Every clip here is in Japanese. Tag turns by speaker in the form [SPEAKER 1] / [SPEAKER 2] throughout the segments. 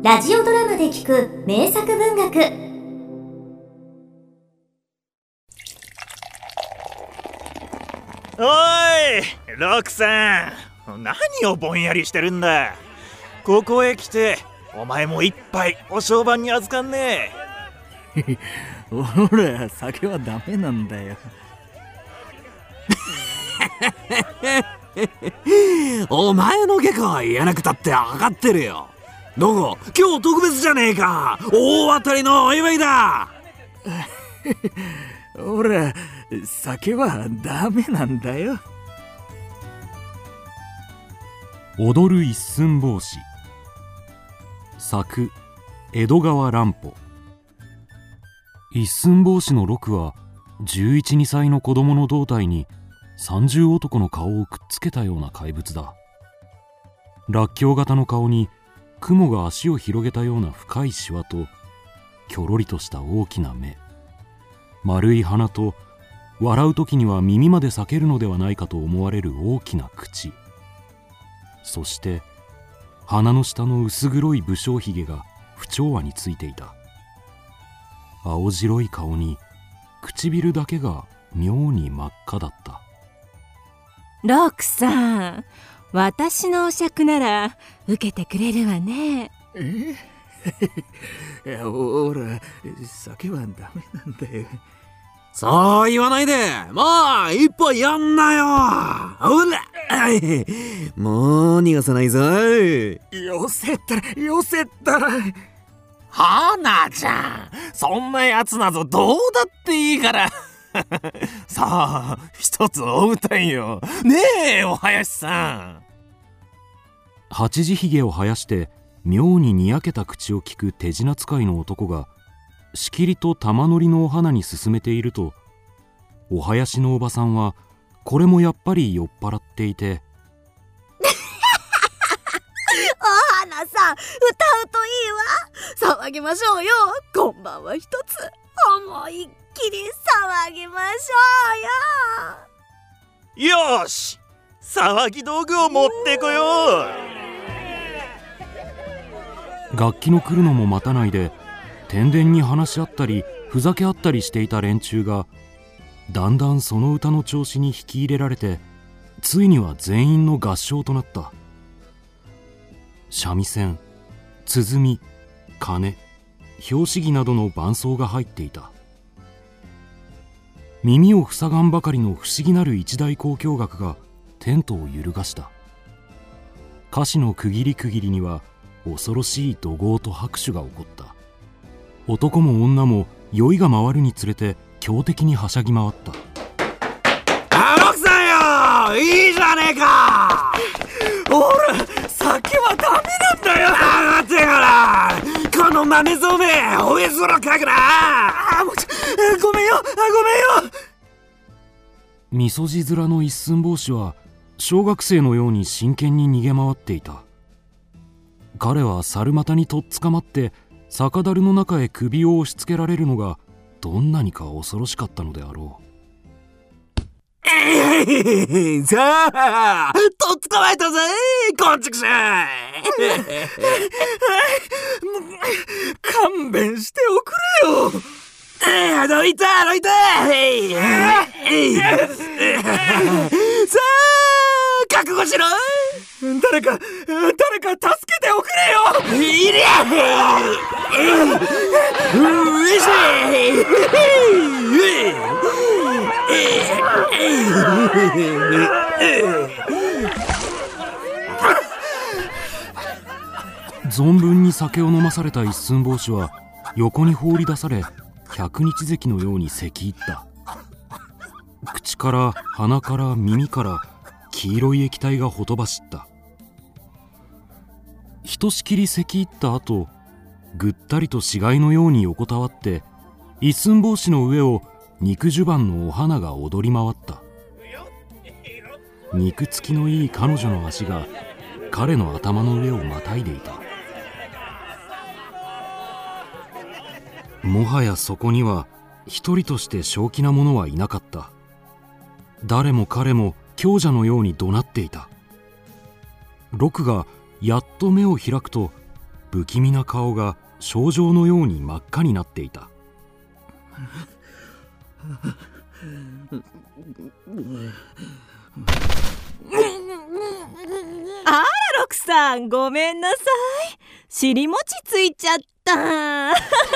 [SPEAKER 1] ラジオドラマで聞く名作文学。
[SPEAKER 2] おい、ロクさん、何をぼんやりしてるんだ。ここへ来てお前も一杯お商売に預かんね
[SPEAKER 3] え。ほら、酒はダメなんだよ。
[SPEAKER 4] お前の下は言えなくたって分かってるよ。どこ、今日特別じゃねえか。大当たりのお祝いだ。
[SPEAKER 3] ほら、酒はダメなんだよ。
[SPEAKER 5] 踊る一寸法師。作江戸川乱歩。一寸法師の六は11、2歳の子供の胴体に30男の顔をくっつけたような怪物だ。らっきょう型の顔に雲が足を広げたような深いシワと、きょろりとした大きな目、丸い鼻と、笑う時には耳まで裂けるのではないかと思われる大きな口、そして鼻の下の薄黒い武将ひげが不調和についていた。青白い顔に唇だけが妙に真っ赤だった。
[SPEAKER 6] ロクさん、私のお酌なら受けてくれるわね。
[SPEAKER 3] ほら、酒はダメなんだよ。
[SPEAKER 4] そう言わないで、もう一歩やんなよ。ほら、もう逃がさないぞ。
[SPEAKER 3] よせったら。
[SPEAKER 7] 花ちゃん、そんなやつなどどうだっていいからさあ、一つお歌いよ。ねえ、お囃子さん。
[SPEAKER 5] 八字ひげを生やして妙ににやけた口を利く手品使いの男がしきりと玉乗りのお花に勧めていると、お囃子のおばさんはこれもやっぱり酔っ払っていて
[SPEAKER 6] お花さん、歌うといいわ。騒ぎましょうよ。今晩は一つ思いっきり騒ぎましょう
[SPEAKER 2] よ。よし、騒ぎ道具を持ってこよ
[SPEAKER 5] う。楽器の来るのも待たないで天然に話し合ったりふざけ合ったりしていた連中がだんだんその歌の調子に引き入れられて、ついには全員の合唱となった。三味線、鼓、鐘、拍子木などの伴奏が入っていた。耳を塞がんばかりの不思議なる一大交響楽がテントを揺るがした。歌詞の区切り区切りには恐ろしい怒号と拍手が起こった。男も女も酔いが回るにつれて強敵にはしゃぎ回った。
[SPEAKER 4] ロクさんよ、いいじゃねえか。
[SPEAKER 3] ほら、酒はダメなんだよ。
[SPEAKER 4] 待ってから、この豆そうめおえそろかくな。
[SPEAKER 3] ごめんよ。
[SPEAKER 5] みそじ面の一寸法師は小学生のように真剣に逃げ回っていた。彼は猿股にとっ捕まって酒樽の中へ首を押し付けられるのがどんなにか恐ろしかったのであろう。
[SPEAKER 4] さあ、とっ捕まえたぜ、こんちくしゃい。
[SPEAKER 3] 勘弁しておくれよ。
[SPEAKER 4] どいた。さあ、覚悟しろ。
[SPEAKER 3] 誰か助けておくれよ。
[SPEAKER 4] いりゃ
[SPEAKER 5] 存分に酒を飲まされた一寸法師は横に放り出され、百日咳のように咳入った。口から鼻から耳から黄色い液体がほとばしった。ひとしきり咳入った後、ぐったりと死骸のように横たわって一寸法師の上を肉襦袢のお花が踊り回った。肉付きのいい彼女の足が彼の頭の上をまたいでいた。もはやそこには一人として正気な者はいなかった。誰も彼も強者のように怒鳴っていた。六がやっと目を開くと、 不気味な顔が症状のように真っ赤になっていた。
[SPEAKER 6] あらロクさん、ごめんなさい。尻餅ついちゃった。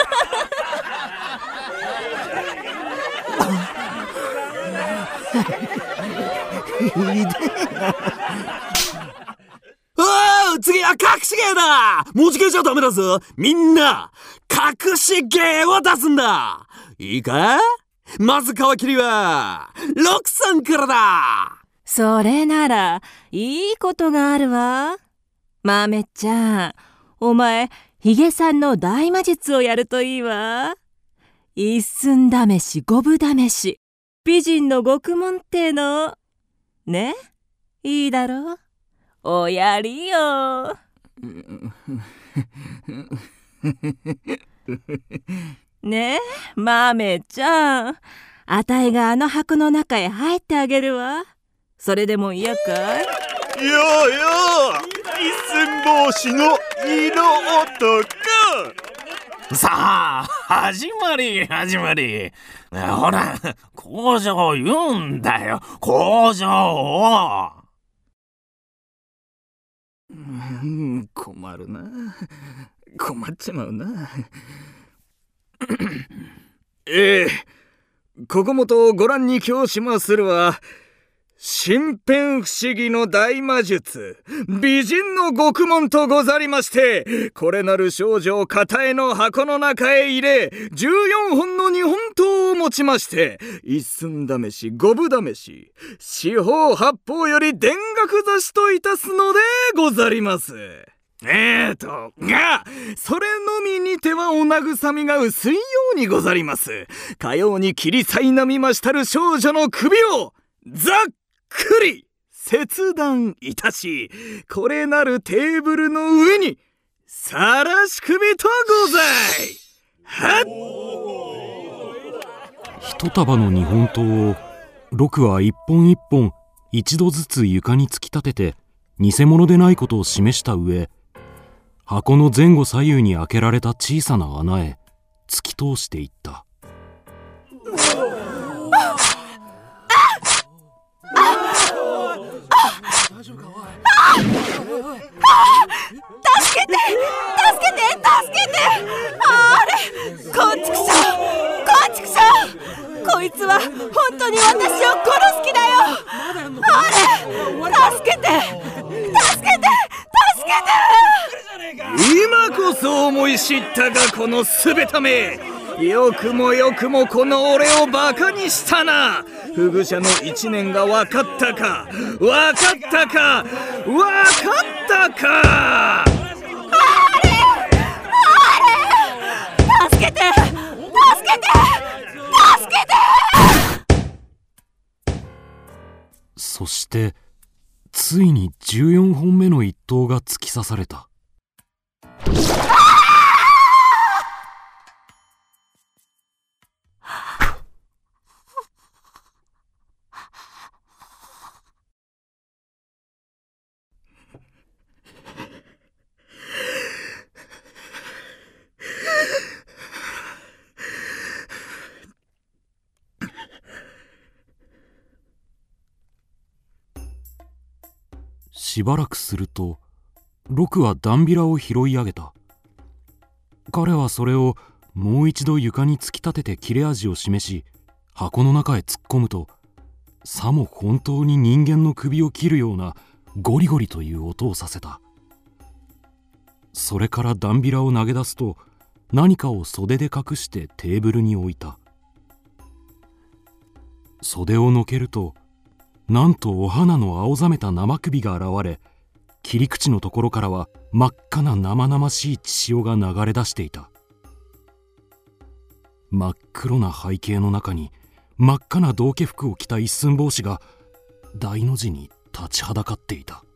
[SPEAKER 4] 次は隠し芸だ。持ち芸じゃダメだぞ。みんな隠し芸を出すんだ。いいか？まず皮切りはロクさんからだ。
[SPEAKER 6] それならいいことがあるわ。豆ちゃん、お前ヒゲさんの大魔術をやるといいわ。一寸試し五分試し、美人の獄門ってのね、いいだろう。おやりよ。ねえ、豆ちゃん、あたいがあの箱の中へ入ってあげるわ。それでも嫌かい？
[SPEAKER 2] ようよう、一寸法師の色男。
[SPEAKER 7] さあ、始まり。ほら、工場を言うんだよ、工場を。
[SPEAKER 3] 困るな。困っちまうな。ここもとご覧に今日しまするは、身辺不思議の大魔術、美人の獄門とござりまして、これなる少女を片絵の箱の中へ入れ、14本の日本刀を持ちまして、一寸試し五分試し、四方八方より田楽刺しといたすのでござります。が、それのみにてはお慰みが薄いようにござります。かように切りさいなみましたる少女の首を、ざっくり切断いたし、これなるテーブルの上にさらし首とござい。はっ。
[SPEAKER 5] 一束の日本刀をロクは一本一本一度ずつ床に突き立てて偽物でないことを示した上、箱の前後左右に開けられた小さな穴へ突き通していった。
[SPEAKER 6] 助けてあれ、こんちくしょう、こいつは本当に私を殺す気だよ。あれ、助けて
[SPEAKER 3] 今こそ思い知ったが、このすべため。よくもこの俺をバカにしたな。フグ者の一年が分かったか。
[SPEAKER 6] 助けて。
[SPEAKER 5] そしてついに14本目の一刀が突き刺された。しばらくするとロクはダンビラを拾い上げた。彼はそれをもう一度床に突き立てて切れ味を示し、箱の中へ突っ込むと、さも本当に人間の首を切るようなゴリゴリという音をさせた。それからダンビラを投げ出すと、何かを袖で隠してテーブルに置いた。袖をのけると、なんとお花の青ざめた生首が現れ、切り口のところからは真っ赤な生々しい血潮が流れ出していた。真っ黒な背景の中に真っ赤な道化服を着た一寸法師が大の字に立ちはだかっていた。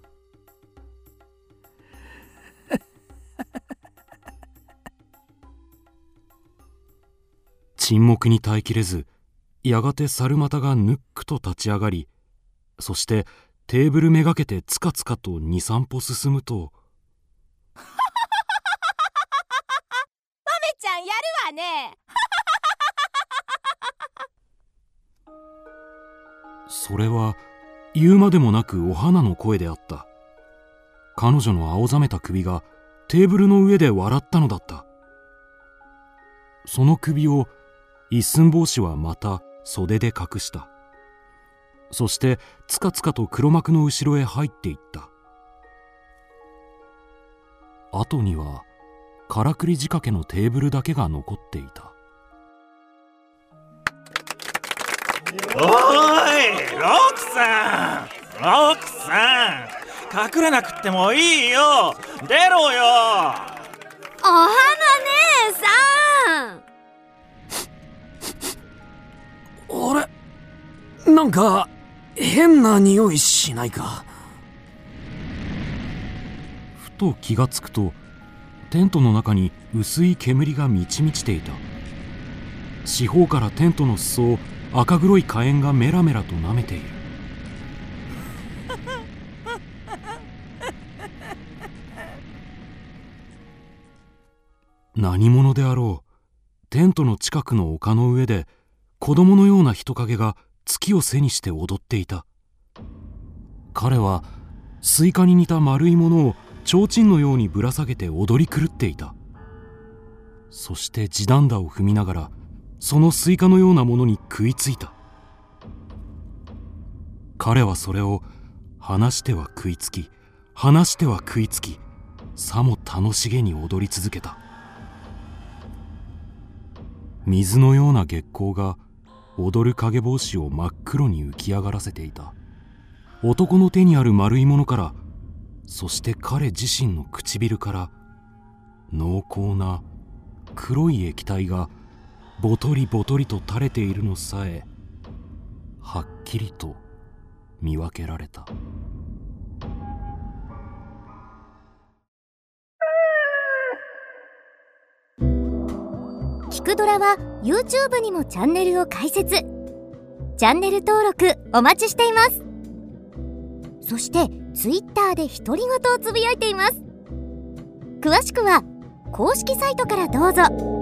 [SPEAKER 5] 沈黙に耐えきれず、やがて猿股がぬっくと立ち上がり、そしてテーブルめがけてつかつかと 2,3 歩進むと
[SPEAKER 6] ね。
[SPEAKER 5] それは言うまでもなくお花の声であった。彼女の青ざめた首がテーブルの上で笑ったのだった。その首を一寸法師はまた袖で隠した。そしてつかつかと黒幕の後ろへ入っていった。後にはからくり仕掛けのテーブルだけが残っていた。
[SPEAKER 2] おい、ロクさん、隠れなくってもいいよ。出ろよ。
[SPEAKER 1] お花姉さん。
[SPEAKER 4] あれ、なんか変な匂いしないか。
[SPEAKER 5] ふと気がつくとテントの中に薄い煙が満ち満ちていた。四方からテントの裾を赤黒い火炎がメラメラと舐めている。何者であろう。テントの近くの丘の上で子供のような人影が月を背にして踊っていた。彼はスイカに似た丸いものを提灯のようにぶら下げて踊り狂っていた。そして地団駄を踏みながらそのスイカのようなものに食いついた。彼はそれを離しては食いつき離しては食いつき、さも楽しげに踊り続けた。水のような月光が踊る影帽子を真っ黒に浮き上がらせていた。男の手にある丸いものから、そして彼自身の唇から濃厚な黒い液体がボトリボトリと垂れているのさえはっきりと見分けられた。
[SPEAKER 1] キクドラは YouTube にもチャンネルを開設。チャンネル登録お待ちしています。そして Twitter で独り言をつぶやいています。詳しくは公式サイトからどうぞ。